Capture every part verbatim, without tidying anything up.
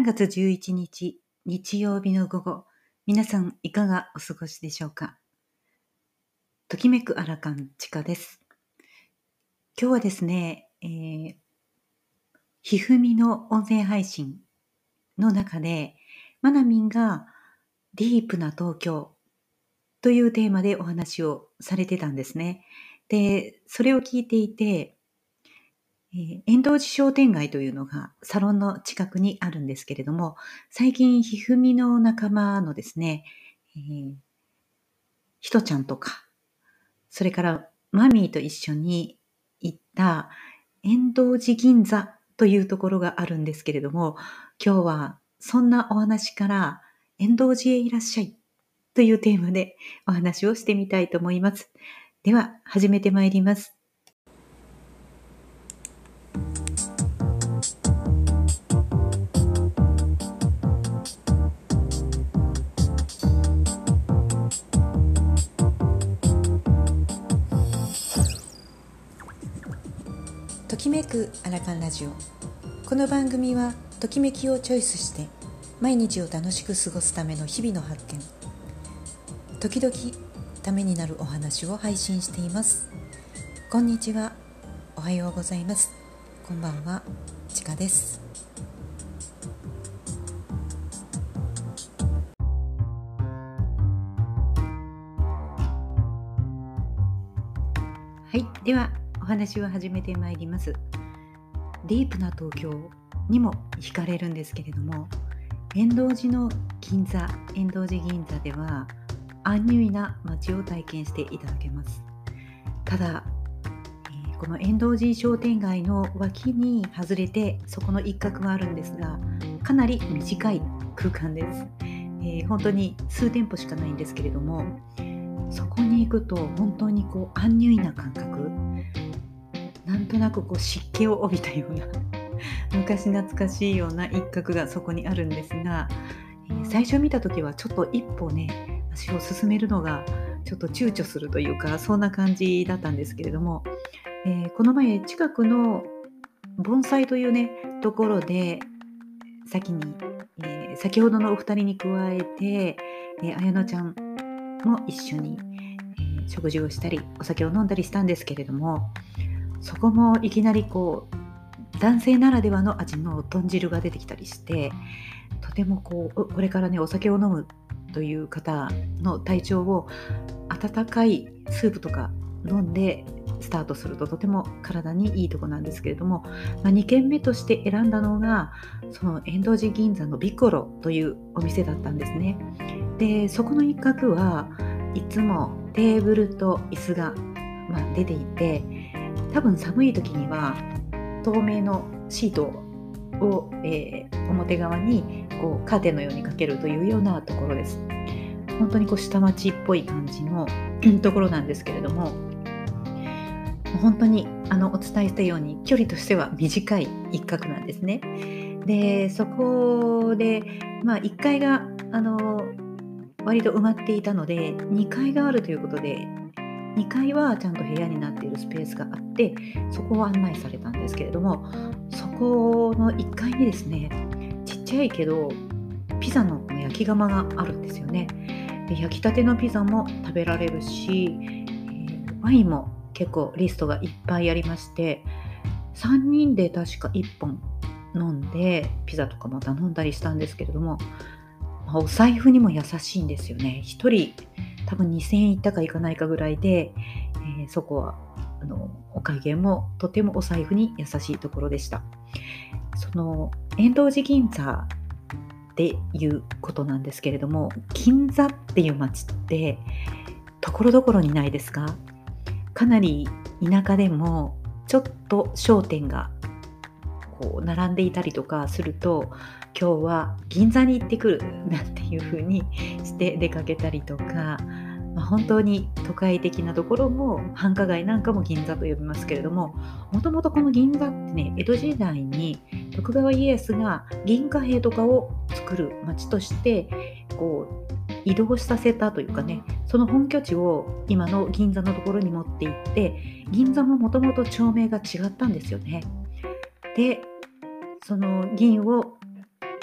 さんがつじゅういちにち日曜日の午後、皆さんいかがお過ごしでしょうか。ときめくアラカンちかです。今日はですね、えー、ひふみの音声配信の中で、まなみんがディープな東京というテーマでお話をされてたんですね。で、それを聞いていて、えー、遠藤寺商店街というのがサロンの近くにあるんですけれども、最近ひふみの仲間のですね、えー、ひとちゃんとか、それからマミーと一緒に行った遠藤寺銀座というところがあるんですけれども、今日はそんなお話から遠藤寺へいらっしゃいというテーマでお話をしてみたいと思います。では始めてまいります。ときめくアラカンラジオ。この番組はときめきをチョイスして毎日を楽しく過ごすための日々の発見、時々ためになるお話を配信しています。こんにちは、おはようございます、こんばんは、ちかです。はい、ではお話を始めてまいります。ディープな東京にも惹かれるんですけれども、遠藤寺の銀座、遠藤寺銀座ではアンニュイな街を体験していただけます。ただ、えー、この遠藤寺商店街の脇に外れてそこの一角はあるんですが、かなり短い空間です。えー、本当に数店舗しかないんですけれども、そこに行くと本当にこうアンニュイな感覚、なんとなくこう湿気を帯びたような昔懐かしいような一角がそこにあるんですが、えー、最初見た時はちょっと一歩ね、足を進めるのがちょっと躊躇するというか、そんな感じだったんですけれども、えー、この前近くの盆栽というねところで先に、えー、先ほどのお二人に加えて、えー、綾乃ちゃんも一緒に、えー、食事をしたりお酒を飲んだりしたんですけれども、そこもいきなりこう男性ならではの味の豚汁が出てきたりして、とてもこうこれからねお酒を飲むという方の体調を温かいスープとか飲んでスタートするととても体にいいとこなんですけれども、まあ、にけんめとして選んだのがその遠藤寺銀座のビコロというお店だったんですね。でそこの一角はいつもテーブルと椅子が、まあ、出ていて、多分寒い時には透明のシートを、えー、表側にこうカーテンのようにかけるというようなところです。本当にこう下町っぽい感じのところなんですけれども、本当にあのお伝えしたように距離としては短い一角なんですね。でそこで、まあ、いっかいがあの割と埋まっていたのでにかいがあるということで、にかいはちゃんと部屋になっているスペースがあって、そこを案内されたんですけれども、そこのいっかいにですね、ちっちゃいけどピザの焼き窯があるんですよね。で焼きたてのピザも食べられるし、えー、ワインも結構リストがいっぱいありまして、さんにんで確かいっぽん飲んでピザとかも頼んだりしたんですけれども、まあ、お財布にも優しいんですよね。ひとり多分にせんえんいったかいかないかぐらいで、えー、そこはあのお会計もとてもお財布に優しいところでした。その遠藤寺銀座っていうことなんですけれども、銀座っていう街ってところどころにないですか？かなり田舎でもちょっと商店がこう並んでいたりとかすると、今日は銀座に行ってくるなんていう風にして出かけたりとか、まあ、本当に都会的なところも繁華街なんかも銀座と呼びますけれども、もともとこの銀座ってね、江戸時代に徳川家康が銀貨幣とかを作る町としてこう移動させたというかね、その本拠地を今の銀座のところに持って行って、銀座ももともと町名が違ったんですよね。でその銀を貨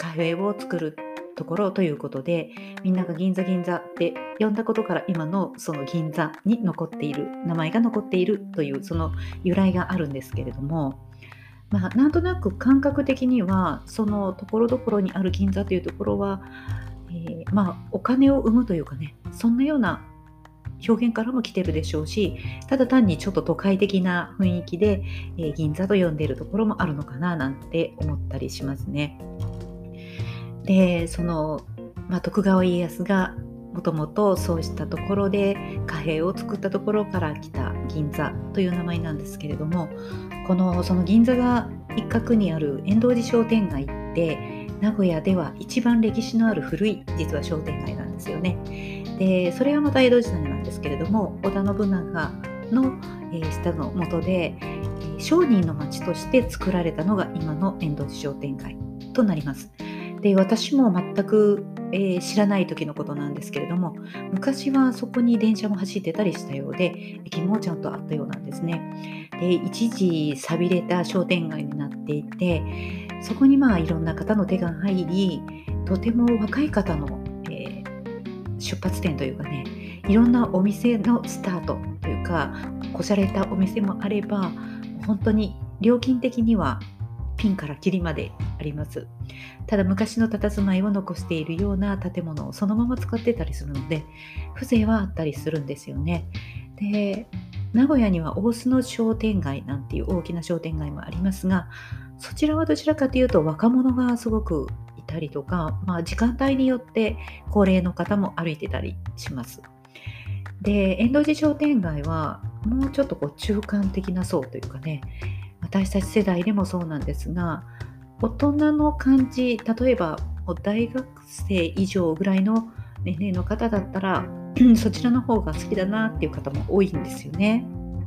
カフェを作るところということで、みんなが銀座銀座って呼んだことから今のその銀座に残っている、名前が残っているというその由来があるんですけれども、まあ、なんとなく感覚的にはそのところどころにある銀座というところは、えーまあ、お金を生むというかね、そんなような表現からも来てるでしょうし、ただ単にちょっと都会的な雰囲気で、えー銀座と呼んでいるところもあるのかななんて思ったりしますね。で、その、まあ、徳川家康がもともとそうしたところで貨幣を作ったところから来た銀座という名前なんですけれども、このその銀座が一角にある円頓寺商店街って名古屋では一番歴史のある古い実は商店街なんですよね。で、それはまた江戸時代なんですけれども、織田信長の、えー下の下で、えー商人の町として作られたのが今の円頓寺商店街となります。で、私も全く、えー知らない時のことなんですけれども、昔はそこに電車も走ってたりしたようで、駅もちゃんとあったようなんですね。で、一時寂れた商店街になっていて、そこにまあいろんな方の手が入り、とても若い方の、えー出発点というかね、いろんなお店のスタートというか、こしゃれたお店もあれば、本当に料金的にはピンからキリまであります。ただ昔の佇まいを残しているような建物をそのまま使ってたりするので、風情はあったりするんですよね。で、名古屋には大須の商店街なんていう大きな商店街もありますが、そちらはどちらかというと若者がすごくいたりとか、まあ、時間帯によって高齢の方も歩いてたりします。で、円頓寺商店街はもうちょっとこう中間的な層というかね、私たち世代でもそうなんですが、大人の感じ、例えばもう大学生以上ぐらいの年齢の方だったら、そちらの方が好きだなっていう方も多いんですよね。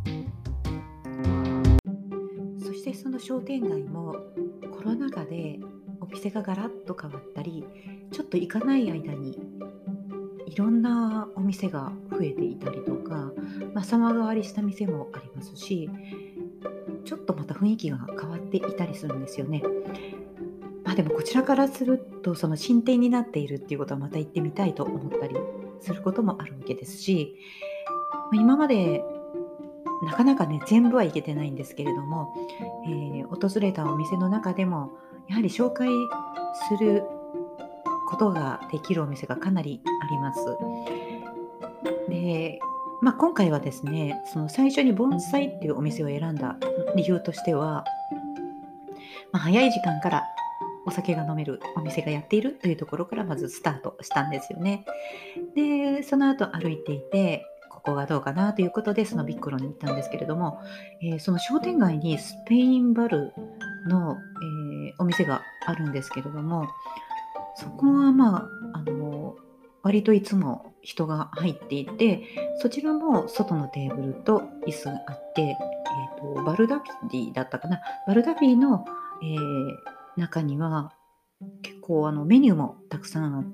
そしてその商店街もコロナ禍でお店がガラッと変わったり、ちょっと行かない間にいろんなお店が増えていたりとか、まあ、様変わりした店もありますし、ちょっとまた雰囲気が変わっていたりするんですよね。まあでもこちらからすると、その進展になっているっていうことはまた行ってみたいと思ったりすることもあるわけですし、まあ今までなかなかね、全部は行けてないんですけれども、えー訪れたお店の中でも、やはり紹介することができるお店がかなりあります。で、まあ、今回はですね、その最初に盆栽っていうお店を選んだ理由としては、まあ、早い時間からお酒が飲めるお店がやっているというところからまずスタートしたんですよね。で、その後歩いていて、ここがどうかなということで、そのビッコロに行ったんですけれども、えーその商店街にスペインバルの、えーお店があるんですけれども、そこはまあ、あの、割といつも人が入っていて、そちらも外のテーブルと椅子があって、えーと、バルダフィだったかな。バルダフィの、えー中には結構あのメニューもたくさんあって、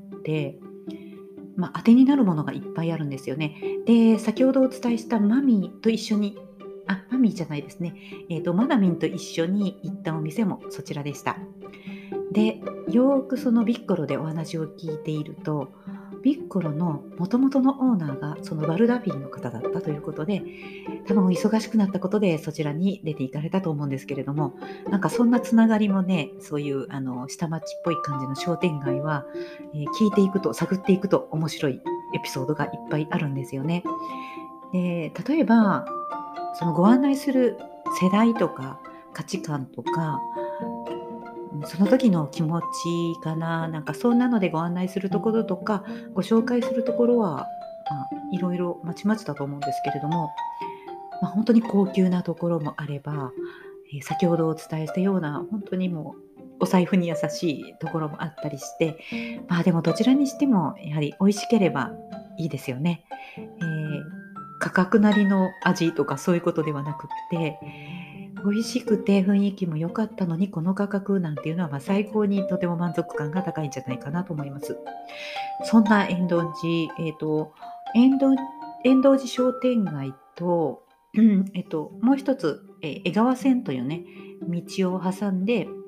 まあ、当てになるものがいっぱいあるんですよね。で、先ほどお伝えしたマミーと一緒に、あ、マミーじゃないですね。えーと、マナミンと一緒に行ったお店もそちらでした。で、よーくそのビッコロでお話を聞いていると、ビッコロの元々のオーナーがそのバルダフィンの方だったということで、多分忙しくなったことでそちらに出て行かれたと思うんですけれども、なんかそんなつながりもね、そういうあの下町っぽい感じの商店街は、えー聞いていくと、探っていくと面白いエピソードがいっぱいあるんですよね。で、例えば、そのご案内する世代とか価値観とか、うんその時の気持ちかな、なんかそんなのでご案内するところとか、ご紹介するところは、まあ、いろいろまちまちだと思うんですけれども、まあ、本当に高級なところもあれば、えー先ほどお伝えしたような、本当にもうお財布に優しいところもあったりして、まあ、でもどちらにしてもやはり美味しければいいですよね。えー価格なりの味とかそういうことではなくって、美味しくて雰囲気も良かったのにこの価格なんていうのは、ま、最高にとても満足感が高いんじゃないかなと思います。そんな円頓寺、えっと、円頓円頓寺商店街と、うん、えっと、もう一つ、え、江川線というね、道を挟んで、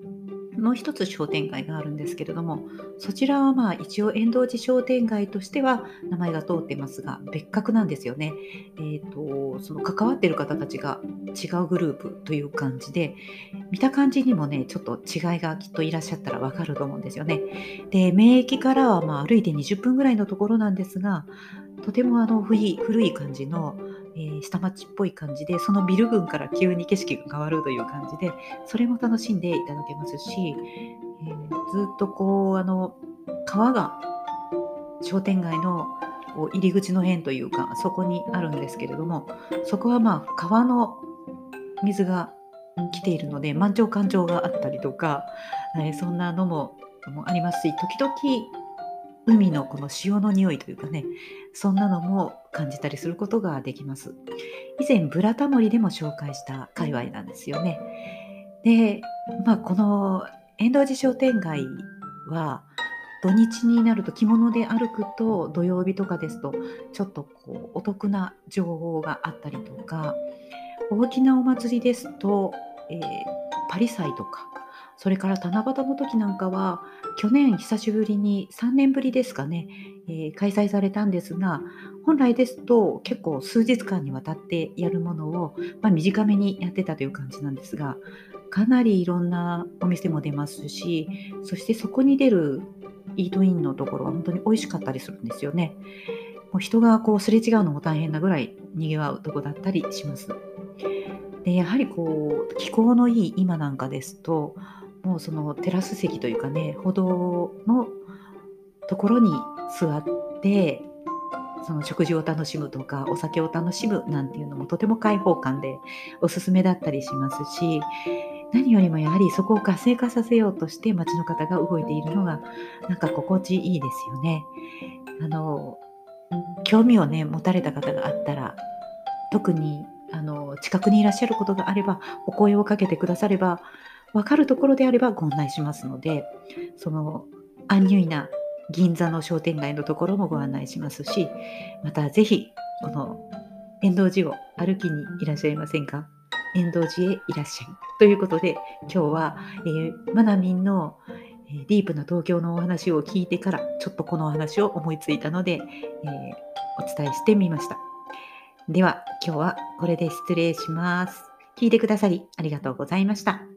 もう一つ商店街があるんですけれども、そちらはまあ一応遠藤寺商店街としては名前が通ってますが、別格なんですよね。えっ、と、その関わっている方たちが違うグループという感じで、見た感じにもね、ちょっと違いがきっといらっしゃったらわかると思うんですよね。で、名駅からはまあ歩いてにじゅっぷんぐらいのところなんですが、とてもあの古い古い感じの、えー下町っぽい感じで、そのビル群から急に景色が変わるという感じで、それも楽しんでいただけますし、えーずっとこうあの川が商店街のこう入り口の辺というかそこにあるんですけれども、そこはまあ川の水が来ているので満潮干潮があったりとか、えーそんなのももありますし、時々海のこの潮の匂いというかね、そんなのも感じたりすることができます。以前ブラタモリでも紹介した界隈なんですよね。で、まあ、この遠藤寺商店街は土日になると着物で歩くと土曜日とかですとちょっとこうお得な情報があったりとか、大きなお祭りですと、えーパリ祭とか、それから七夕の時なんかは、去年久しぶりにさんねんぶりですかね、えー開催されたんですが、本来ですと結構数日間にわたってやるものを、まあ、短めにやってたという感じなんですが、かなりいろんなお店も出ますし、そしてそこに出るイートインのところは本当に美味しかったりするんですよね。もう人がこうすれ違うのも大変なぐらい賑わうとこだったりします。で、やはりこう、気候のいい今なんかですと、もうそのテラス席というかね、歩道のところに座って、その食事を楽しむとか、お酒を楽しむなんていうのもとても開放感でおすすめだったりしますし、何よりもやはりそこを活性化させようとして街の方が動いているのが、なんか心地いいですよね。あの、興味をね、持たれた方があったら、特にあの近くにいらっしゃることがあれば、お声をかけてくだされば、分かるところであればご案内しますので、そのアンニュイな銀座の商店街のところもご案内しますし、またぜひこの遠藤寺を歩きにいらっしゃいませんか？遠藤寺へいらっしゃい。ということで、今日は、えー、マナミンのえーディープな東京のお話を聞いてから、ちょっとこのお話を思いついたので、えーお伝えしてみました。では、今日はこれで失礼します。聞いてくださりありがとうございました。